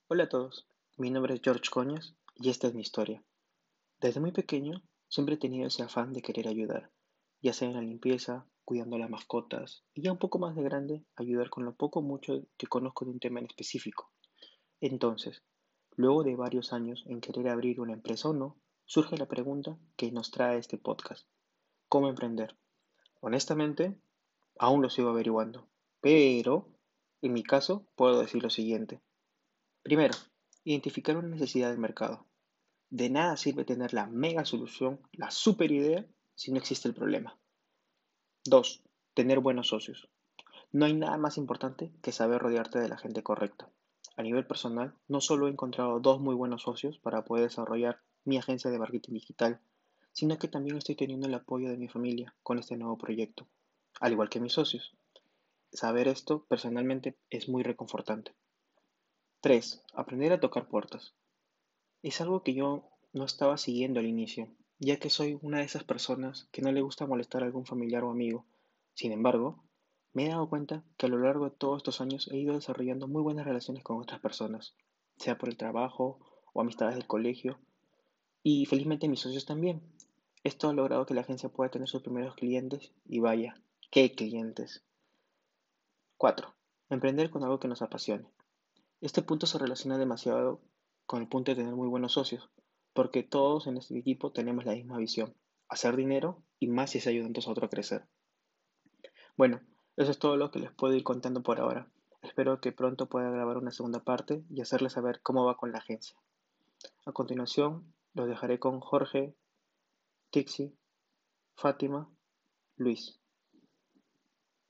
Hola a todos, mi nombre es George Coñas y esta es mi historia. Desde muy pequeño siempre he tenido ese afán de querer ayudar, ya sea en la limpieza, cuidando a las mascotas y ya un poco más de grande, ayudar con lo poco o mucho que conozco de un tema en específico. Entonces, luego de varios años en querer abrir una empresa o no, surge la pregunta que nos trae este podcast: ¿cómo emprender? Honestamente, aún lo sigo averiguando, pero en mi caso puedo decir lo siguiente. Primero, identificar una necesidad del mercado. De nada sirve tener la mega solución, la super idea, si no existe el problema. 2. Tener buenos socios. No hay nada más importante que saber rodearte de la gente correcta. A nivel personal, no solo he encontrado dos muy buenos socios para poder desarrollar mi agencia de marketing digital, sino que también estoy teniendo el apoyo de mi familia con este nuevo proyecto, al igual que mis socios. Saber esto personalmente es muy reconfortante. 3. Aprender a tocar puertas. Es algo que yo no estaba siguiendo al inicio, ya que soy una de esas personas que no le gusta molestar a algún familiar o amigo. Sin embargo, me he dado cuenta que a lo largo de todos estos años he ido desarrollando muy buenas relaciones con otras personas, sea por el trabajo o amistades del colegio, y felizmente mis socios también. Esto ha logrado que la agencia pueda tener sus primeros clientes y vaya, ¡qué clientes! 4. Emprender con algo que nos apasione. Este punto se relaciona demasiado con el punto de tener muy buenos socios, porque todos en este equipo tenemos la misma visión: hacer dinero y más si se ayudan todos a otro a crecer. Bueno, eso es todo lo que les puedo ir contando por ahora. Espero que pronto pueda grabar una segunda parte y hacerles saber cómo va con la agencia. A continuación, los dejaré con Jorge, Tixi, Fátima, Luis.